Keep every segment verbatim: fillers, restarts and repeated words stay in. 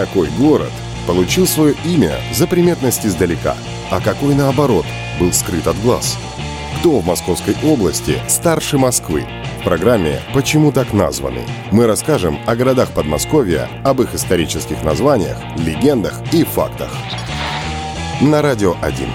Какой город получил свое имя за приметность издалека, а какой, наоборот, был скрыт от глаз? Кто в Московской области старше Москвы? В программе «Почему так названы?» мы расскажем о городах Подмосковья, об их исторических названиях, легендах и фактах. На Радио один.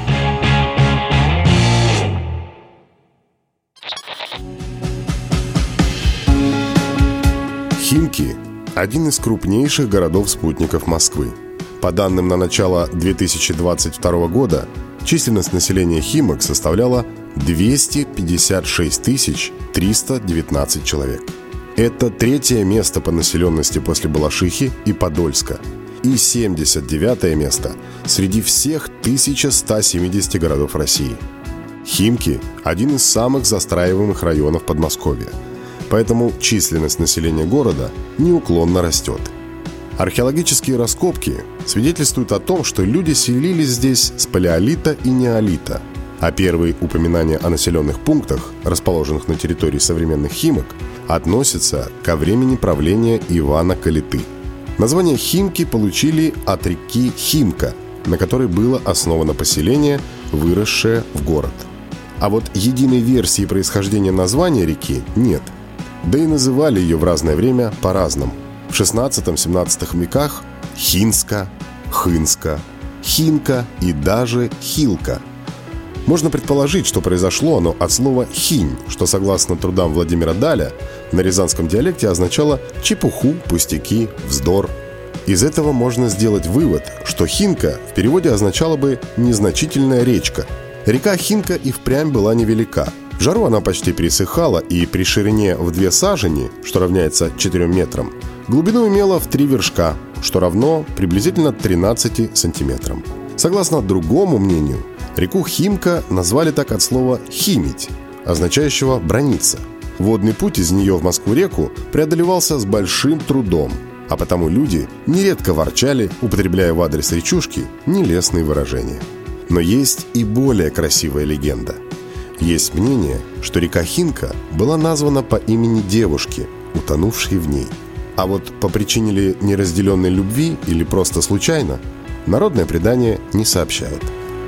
Химки – один из крупнейших городов-спутников Москвы. По данным на начало две тысячи двадцать второго года, численность населения Химок составляла двести пятьдесят шесть тысяч триста девятнадцать человек. Это третье место по населенности после Балашихи и Подольска и семьдесят девятое место среди всех тысяча сто семьдесят городов России. Химки – один из самых застраиваемых районов Подмосковья, поэтому численность населения города неуклонно растет. Археологические раскопки свидетельствуют о том, что люди селились здесь с палеолита и неолита, а первые упоминания о населенных пунктах, расположенных на территории современных Химок, относятся ко времени правления Ивана Калиты. Название Химки получили от реки Химка, на которой было основано поселение, выросшее в город. А вот единой версии происхождения названия реки нет. Да и называли ее в разное время по-разному. В шестнадцатом-семнадцатом веках Хинска, Хынска, Хинка и даже Хилка. Можно предположить, что произошло оно от слова «хинь», что, согласно трудам Владимира Даля, на рязанском диалекте означало чепуху, пустяки, вздор. Из этого можно сделать вывод, что Хинка в переводе означало бы «незначительная речка». Река Хинка и впрямь была невелика. В жару она почти пересыхала и при ширине в две сажени, что равняется четырем метрам, глубину имела в три вершка, что равно приблизительно тринадцати сантиметрам. Согласно другому мнению, реку Химка назвали так от слова «химить», означающего «браниться». Водный путь из нее в Москву-реку преодолевался с большим трудом, а потому люди нередко ворчали, употребляя в адрес речушки нелестные выражения. Но есть и более красивая легенда. Есть мнение, что река Хинка была названа по имени девушки, утонувшей в ней. А вот по причине ли неразделенной любви или просто случайно, народное предание не сообщает.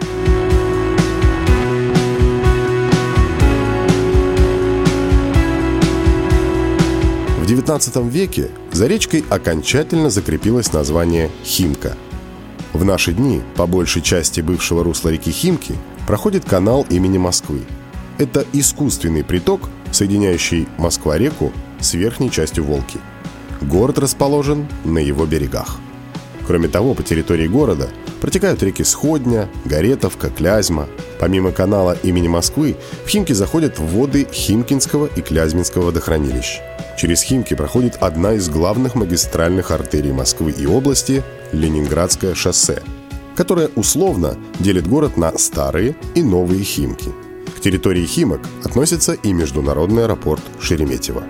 В девятнадцатом веке за речкой окончательно закрепилось название Химка. В наши дни по большей части бывшего русла реки Химки проходит канал имени Москвы. Это искусственный приток, соединяющий Москва-реку с верхней частью Волги. Город расположен на его берегах. Кроме того, по территории города протекают реки Сходня, Горетовка, Клязьма. Помимо канала имени Москвы, в Химки заходят воды Химкинского и Клязьминского водохранилищ. Через Химки проходит одна из главных магистральных артерий Москвы и области – Ленинградское шоссе, которое условно делит город на старые и новые Химки. К территории Химок относится и международный аэропорт Шереметьево.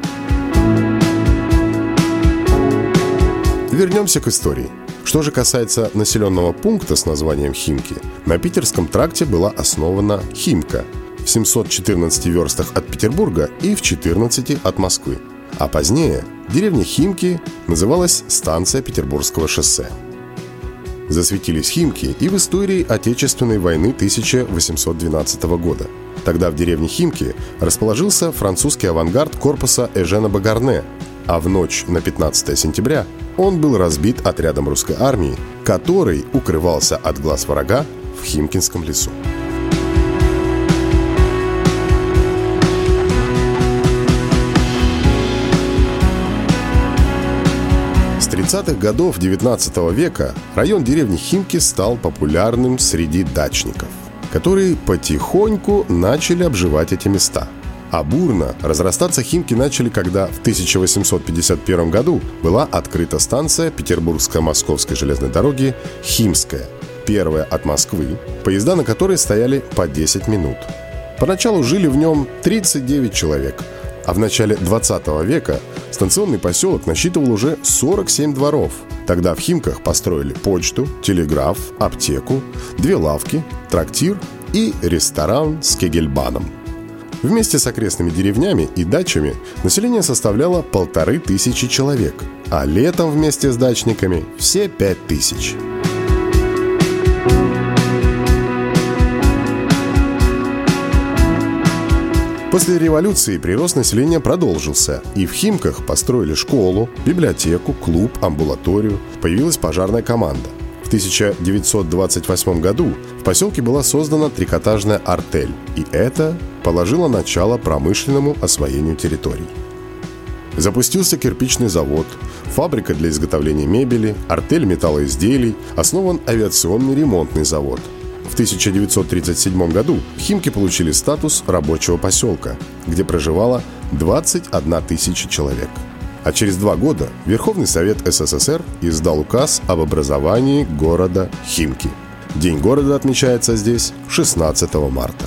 Вернемся к истории. Что же касается населенного пункта с названием Химки, на Питерском тракте была основана Химка в семьсот четырнадцати верстах от Петербурга и в четырнадцати от Москвы. А позднее деревня Химки называлась станция Петербургского шоссе. Засветились Химки и в истории Отечественной войны тысяча восемьсот двенадцатого года. Тогда в деревне Химки расположился французский авангард корпуса Эжена Багарне, а в ночь на пятнадцатое сентября он был разбит отрядом русской армии, который укрывался от глаз врага в Химкинском лесу. С тридцатых годов девятнадцатого века район деревни Химки стал популярным среди дачников, которые потихоньку начали обживать эти места. А бурно разрастаться Химки начали, когда в тысяча восемьсот пятьдесят первом году была открыта станция Петербургско-Московской железной дороги Химская, первая от Москвы, поезда на которой стояли по десять минут. Поначалу жили в нем тридцать девять человек, а в начале двадцатого века станционный поселок насчитывал уже сорок семь дворов. Тогда в Химках построили почту, телеграф, аптеку, две лавки, трактир и ресторан с кегельбаном. Вместе с окрестными деревнями и дачами население составляло полторы тысячи человек, а летом вместе с дачниками все пять тысяч. После революции прирост населения продолжился, и в Химках построили школу, библиотеку, клуб, амбулаторию, появилась пожарная команда. В тысяча девятьсот двадцать восьмом году в поселке была создана трикотажная артель, и это положило начало промышленному освоению территорий. Запустился кирпичный завод, фабрика для изготовления мебели, артель металлоизделий, основан авиационный ремонтный завод. В тысяча девятьсот тридцать седьмом году Химки получили статус рабочего поселка, где проживало двадцать одна тысяча человек. А через два года Верховный Совет СССР издал указ об образовании города Химки. День города отмечается здесь шестнадцатого марта.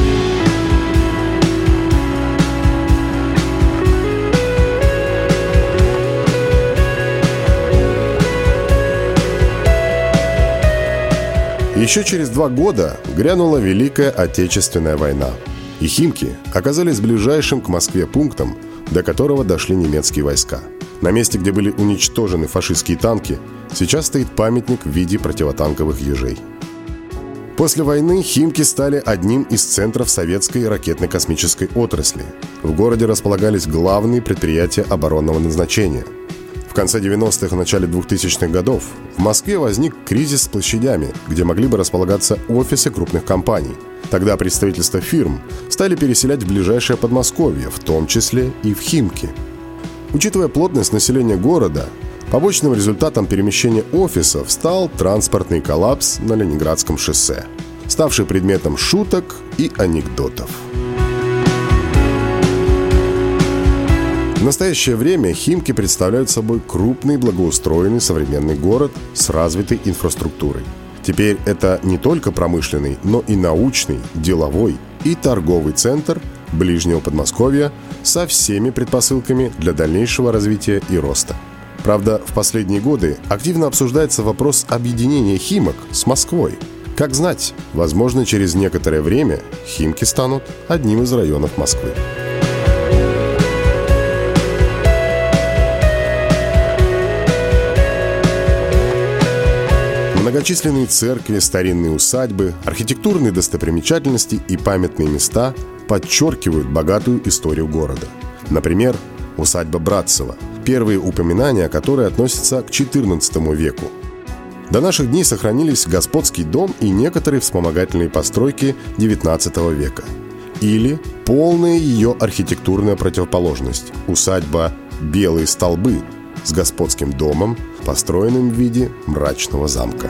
Еще через два года грянула Великая Отечественная война, и Химки оказались ближайшим к Москве пунктом, до которого дошли немецкие войска. На месте, где были уничтожены фашистские танки, сейчас стоит памятник в виде противотанковых ежей. После войны Химки стали одним из центров советской ракетно-космической отрасли. В городе располагались главные предприятия оборонного назначения. В конце девяностых и начале двухтысячных годов в Москве возник кризис с площадями, где могли бы располагаться офисы крупных компаний. Тогда представительства фирм стали переселять в ближайшее Подмосковье, в том числе и в Химки. Учитывая плотность населения города, побочным результатом перемещения офисов стал транспортный коллапс на Ленинградском шоссе, ставший предметом шуток и анекдотов. В настоящее время Химки представляют собой крупный, благоустроенный современный город с развитой инфраструктурой. Теперь это не только промышленный, но и научный, деловой и торговый центр ближнего Подмосковья со всеми предпосылками для дальнейшего развития и роста. Правда, в последние годы активно обсуждается вопрос объединения Химок с Москвой. Как знать, возможно, через некоторое время Химки станут одним из районов Москвы. Многочисленные церкви, старинные усадьбы, архитектурные достопримечательности и памятные места подчеркивают богатую историю города. Например, усадьба Братцева, первые упоминания о которой относятся к четырнадцатому веку. До наших дней сохранились господский дом и некоторые вспомогательные постройки девятнадцатого века. Или полная ее архитектурная противоположность – усадьба Белые столбы с господским домом, построенным в виде мрачного замка.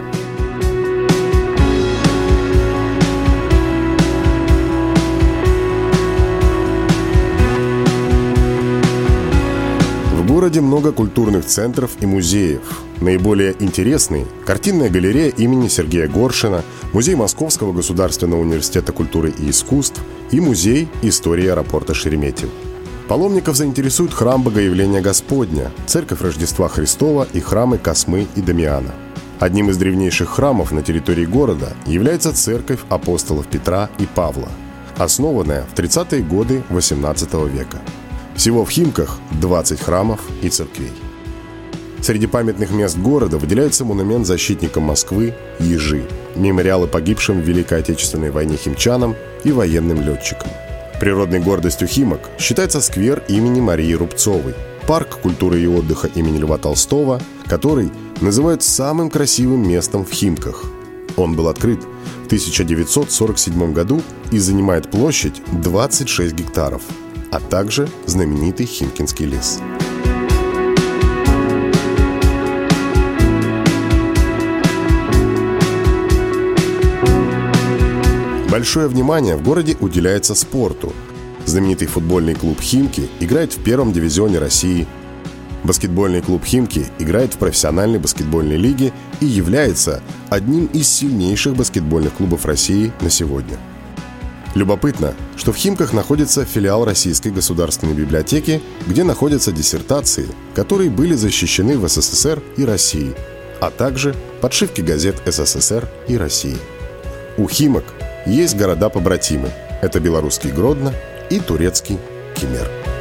В городе много культурных центров и музеев. Наиболее интересный – картинная галерея имени Сергея Горшина, музей Московского государственного университета культуры и искусств и музей истории аэропорта Шереметьево. Паломников заинтересует храм Богоявления Господня, церковь Рождества Христова и храмы Космы и Дамиана. Одним из древнейших храмов на территории города является церковь апостолов Петра и Павла, основанная в тридцатые годы восемнадцатого века. Всего в Химках двадцать храмов и церквей. Среди памятных мест города выделяется монумент защитникам Москвы «Ежи», мемориалы погибшим в Великой Отечественной войне химчанам и военным летчикам. Природной гордостью Химок считается сквер имени Марии Рубцовой, парк культуры и отдыха имени Льва Толстого, который называют самым красивым местом в Химках. Он был открыт в тысяча девятьсот сорок седьмом году и занимает площадь двадцать шесть гектаров, а также знаменитый Химкинский лес. Большое внимание в городе уделяется спорту. Знаменитый футбольный клуб «Химки» играет в первом дивизионе России. Баскетбольный клуб «Химки» играет в профессиональной баскетбольной лиге и является одним из сильнейших баскетбольных клубов России на сегодня. Любопытно, что в Химках находится филиал Российской государственной библиотеки, где находятся диссертации, которые были защищены в СССР и России, а также подшивки газет СССР и России. У Химок есть города-побратимы – это белорусский Гродно и турецкий кемер.